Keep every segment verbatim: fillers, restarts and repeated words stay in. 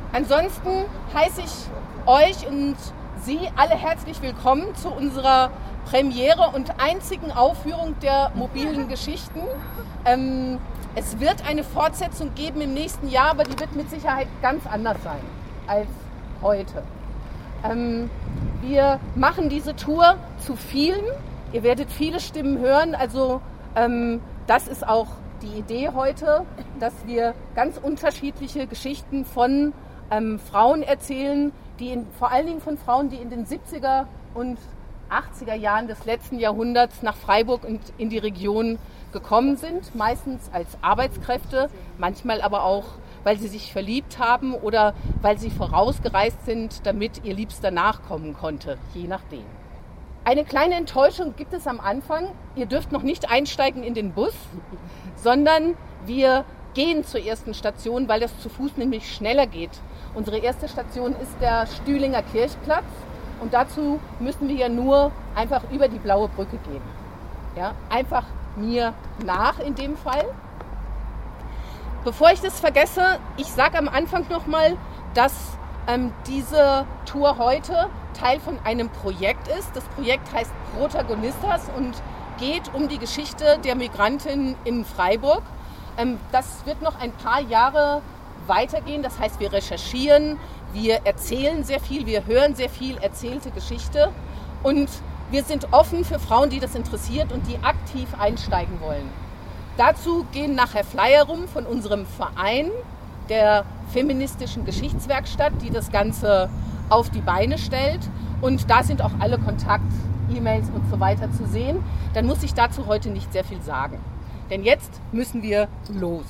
Ansonsten heiße ich euch und Sie alle herzlich willkommen zu unserer Premiere und einzigen Aufführung der mobilen Geschichten. Ähm, es wird eine Fortsetzung geben im nächsten Jahr, aber die wird mit Sicherheit ganz anders sein als heute. Ähm, wir machen diese Tour zu vielen. Ihr werdet viele Stimmen hören. Also ähm, das ist auch die Idee heute, dass wir ganz unterschiedliche Geschichten von ähm, Frauen erzählen, die in, vor allen Dingen von Frauen, die in den siebziger und achtziger Jahren des letzten Jahrhunderts nach Freiburg und in die Region gekommen sind, meistens als Arbeitskräfte, manchmal aber auch, weil sie sich verliebt haben oder weil sie vorausgereist sind, damit ihr Liebster nachkommen konnte, je nachdem. Eine kleine Enttäuschung gibt es am Anfang. Ihr dürft noch nicht einsteigen in den Bus, sondern wir gehen zur ersten Station, weil das zu Fuß nämlich schneller geht. Unsere erste Station ist der Stühlinger Kirchplatz und dazu müssen wir ja nur einfach über die Blaue Brücke gehen. Ja, einfach mir nach in dem Fall. Bevor ich das vergesse, ich sage am Anfang nochmal, dass ähm, diese Tour heute Teil von einem Projekt ist. Das Projekt heißt Protagonistas und geht um die Geschichte der Migrantin in Freiburg. Ähm, das wird noch ein paar Jahre weitergehen. Das heißt, wir recherchieren, wir erzählen sehr viel, wir hören sehr viel erzählte Geschichte und wir sind offen für Frauen, die das interessiert und die aktiv einsteigen wollen. Dazu gehen nachher Flyer rum von unserem Verein, der feministischen Geschichtswerkstatt, die das Ganze auf die Beine stellt. Und da sind auch alle Kontakt-E-Mails und so weiter zu sehen. Dann muss ich dazu heute nicht sehr viel sagen. Denn jetzt müssen wir los.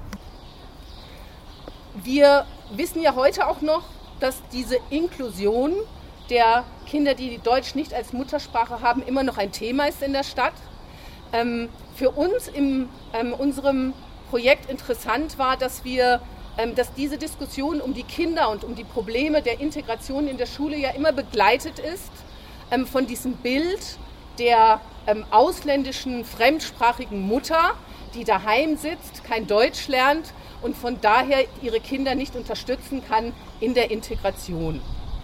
Wir wissen ja heute auch noch, dass diese Inklusion der Kinder, die Deutsch nicht als Muttersprache haben, immer noch ein Thema ist in der Stadt. Ähm, für uns in ähm, unserem Projekt interessant war, dass wir, ähm, dass diese Diskussion um die Kinder und um die Probleme der Integration in der Schule ja immer begleitet ist ähm, von diesem Bild der ähm, ausländischen, fremdsprachigen Mutter, die daheim sitzt, kein Deutsch lernt und von daher ihre Kinder nicht unterstützen kann in der Integration.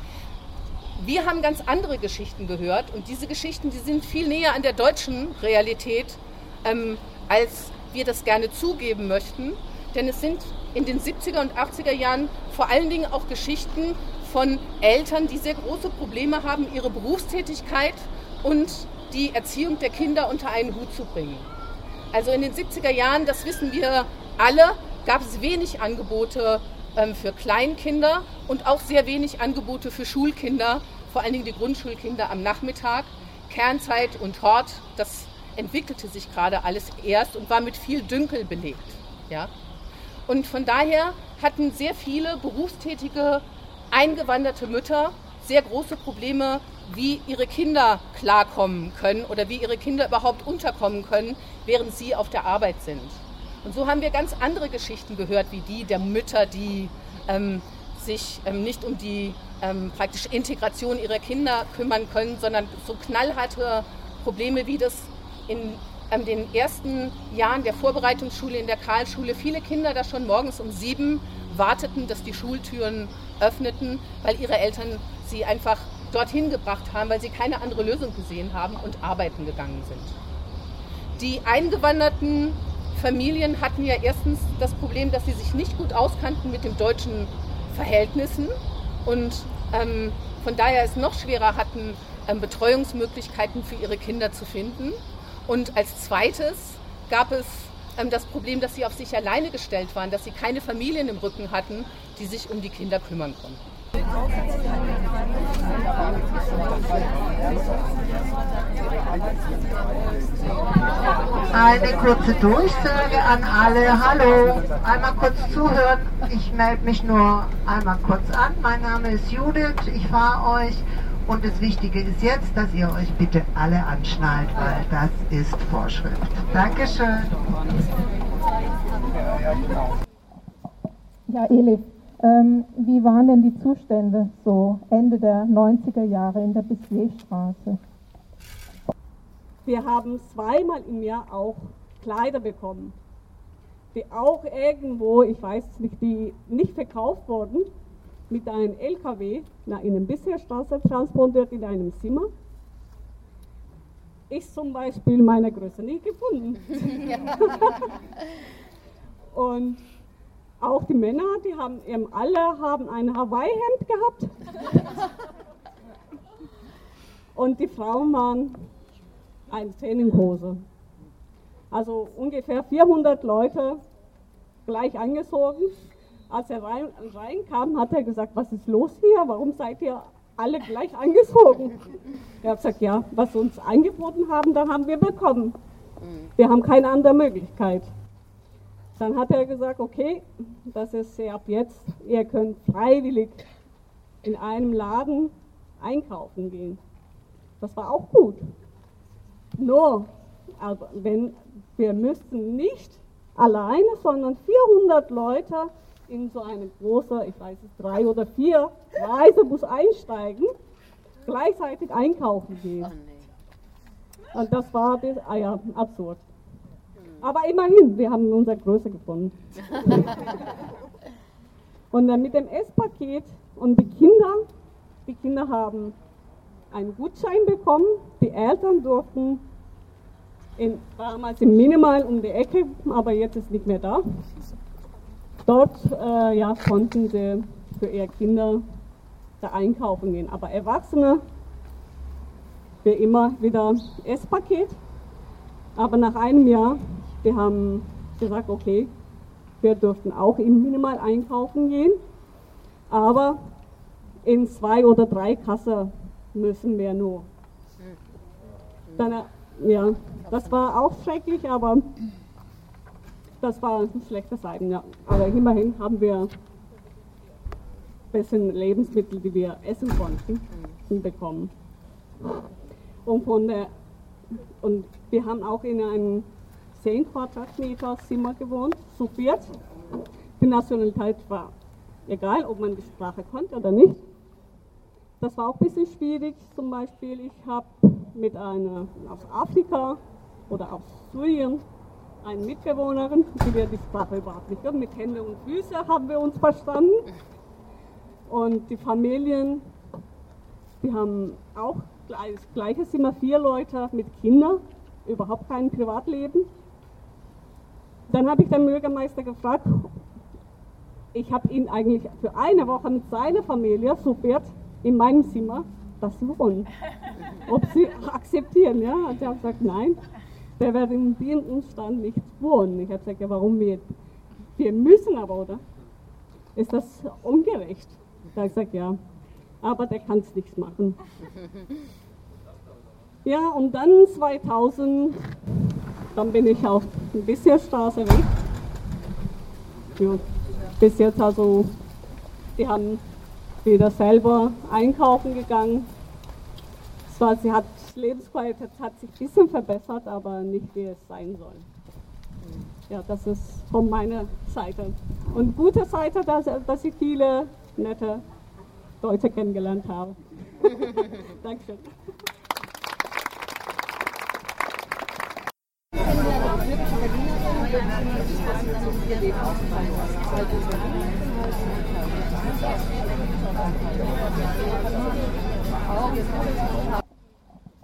Wir haben ganz andere Geschichten gehört und diese Geschichten, die sind viel näher an der deutschen Realität, ähm, als wir das gerne zugeben möchten. Denn es sind in den siebziger und achtziger Jahren vor allen Dingen auch Geschichten von Eltern, die sehr große Probleme haben, ihre Berufstätigkeit und die Erziehung der Kinder unter einen Hut zu bringen. Also in den siebziger Jahren, das wissen wir alle, gab es wenig Angebote ähm, für Kleinkinder und auch sehr wenig Angebote für Schulkinder, vor allen Dingen die Grundschulkinder am Nachmittag. Kernzeit und Hort, das entwickelte sich gerade alles erst und war mit viel Dünkel belegt. Ja? Und von daher hatten sehr viele berufstätige, eingewanderte Mütter sehr große Probleme, wie ihre Kinder klarkommen können oder wie ihre Kinder überhaupt unterkommen können, während sie auf der Arbeit sind. Und so haben wir ganz andere Geschichten gehört, wie die der Mütter, die ähm, sich ähm, nicht um die ähm, praktische Integration ihrer Kinder kümmern können, sondern so knallharte Probleme, wie das in ähm, den ersten Jahren der Vorbereitungsschule in der Karlsschule viele Kinder da schon morgens um sieben warteten, dass die Schultüren öffneten, weil ihre Eltern sie einfach dorthin gebracht haben, weil sie keine andere Lösung gesehen haben und arbeiten gegangen sind. Die eingewanderten Familien hatten ja erstens das Problem, dass sie sich nicht gut auskannten mit den deutschen Verhältnissen und ähm, von daher es noch schwerer hatten, ähm, Betreuungsmöglichkeiten für ihre Kinder zu finden. Und als zweites gab es ähm, das Problem, dass sie auf sich alleine gestellt waren, dass sie keine Familien im Rücken hatten, die sich um die Kinder kümmern konnten. Eine kurze Durchsage an alle. Hallo, einmal kurz zuhören. Ich melde mich nur einmal kurz an. Mein Name ist Judith, ich fahre euch und das Wichtige ist jetzt, dass ihr euch bitte alle anschnallt, weil das ist Vorschrift. Dankeschön. Ja, Elif. Ähm, wie waren denn die Zustände so Ende der neunziger Jahre in der Bissierstraße? Wir haben zweimal im Jahr auch Kleider bekommen, die auch irgendwo, ich weiß nicht, die nicht verkauft wurden, mit einem L K W nach in eine Bezirksstraße transportiert in einem Zimmer. Ich zum Beispiel meine Größe nicht gefunden. Und auch die Männer, die haben eben alle haben ein Hawaii-Hemd gehabt. Und die Frauen waren eine Traininghose. Also ungefähr vierhundert Leute gleich angezogen. Als er rein, reinkam, hat er gesagt, was ist los hier? Warum seid ihr alle gleich angezogen? Er hat gesagt, ja, was sie uns angeboten haben, dann haben wir bekommen. Wir haben keine andere Möglichkeit. Dann hat er gesagt, okay, das ist ab jetzt, ihr könnt freiwillig in einem Laden einkaufen gehen. Das war auch gut. Nur, aber wenn, wir müssten nicht alleine, sondern vierhundert Leute in so eine große, ich weiß es, drei oder vier Reisebus einsteigen, gleichzeitig einkaufen gehen. Und das war, ah ja, absurd. Aber immerhin, wir haben unsere Größe gefunden. Und dann mit dem Esspaket und die Kinder, die Kinder haben einen Gutschein bekommen, die Eltern durften in, damals im Minimal um die Ecke, aber jetzt ist nicht mehr da. Dort äh, ja, konnten sie für ihre Kinder da einkaufen gehen. Aber Erwachsene, wie immer wieder Esspaket. Aber nach einem Jahr, wir haben gesagt, okay, wir durften auch im Minimal einkaufen gehen. Aber in zwei oder drei Kassen müssen wir nur. Dann, ja, das war auch schrecklich, aber das war schlechte Seiten, ja. Aber immerhin haben wir ein bisschen Lebensmittel, die wir essen konnten, bekommen. Und, von der, und wir haben auch in einem zehn Quadratmeter Zimmer gewohnt, zu viert. Die Nationalität war egal, ob man die Sprache konnte oder nicht. Das war auch ein bisschen schwierig. Zum Beispiel, ich habe mit einer aus Afrika oder aus Syrien eine Mitbewohnerin, die wir die Sprache überhaupt nicht können. Mit Händen und Füßen haben wir uns verstanden. Und die Familien, die haben auch das gleiche Zimmer, vier Leute mit Kindern, überhaupt kein Privatleben. Dann habe ich den Bürgermeister gefragt, ich habe ihn eigentlich für eine Woche mit seiner Familie zu viert in meinem Zimmer das wohnen. Ob sie akzeptieren, ja? Und er hat gesagt, nein, der wird in diesem Umstand nicht wohnen. Ich habe gesagt, ja, warum wir? Wir müssen aber, oder? Ist das ungerecht? Da habe ich gesagt, ja, aber der kann es nichts machen. Ja, und dann zweitausend, dann bin ich auf die Bezirksstraße weg. Ja, bis jetzt also, die haben wieder selber einkaufen gegangen. Zwar, sie hat Lebensqualität hat sich ein bisschen verbessert, aber nicht wie es sein soll. Ja, das ist von meiner Seite. Und gute Seite, dass, dass ich viele nette Leute kennengelernt habe. Dankeschön. Auch jetzt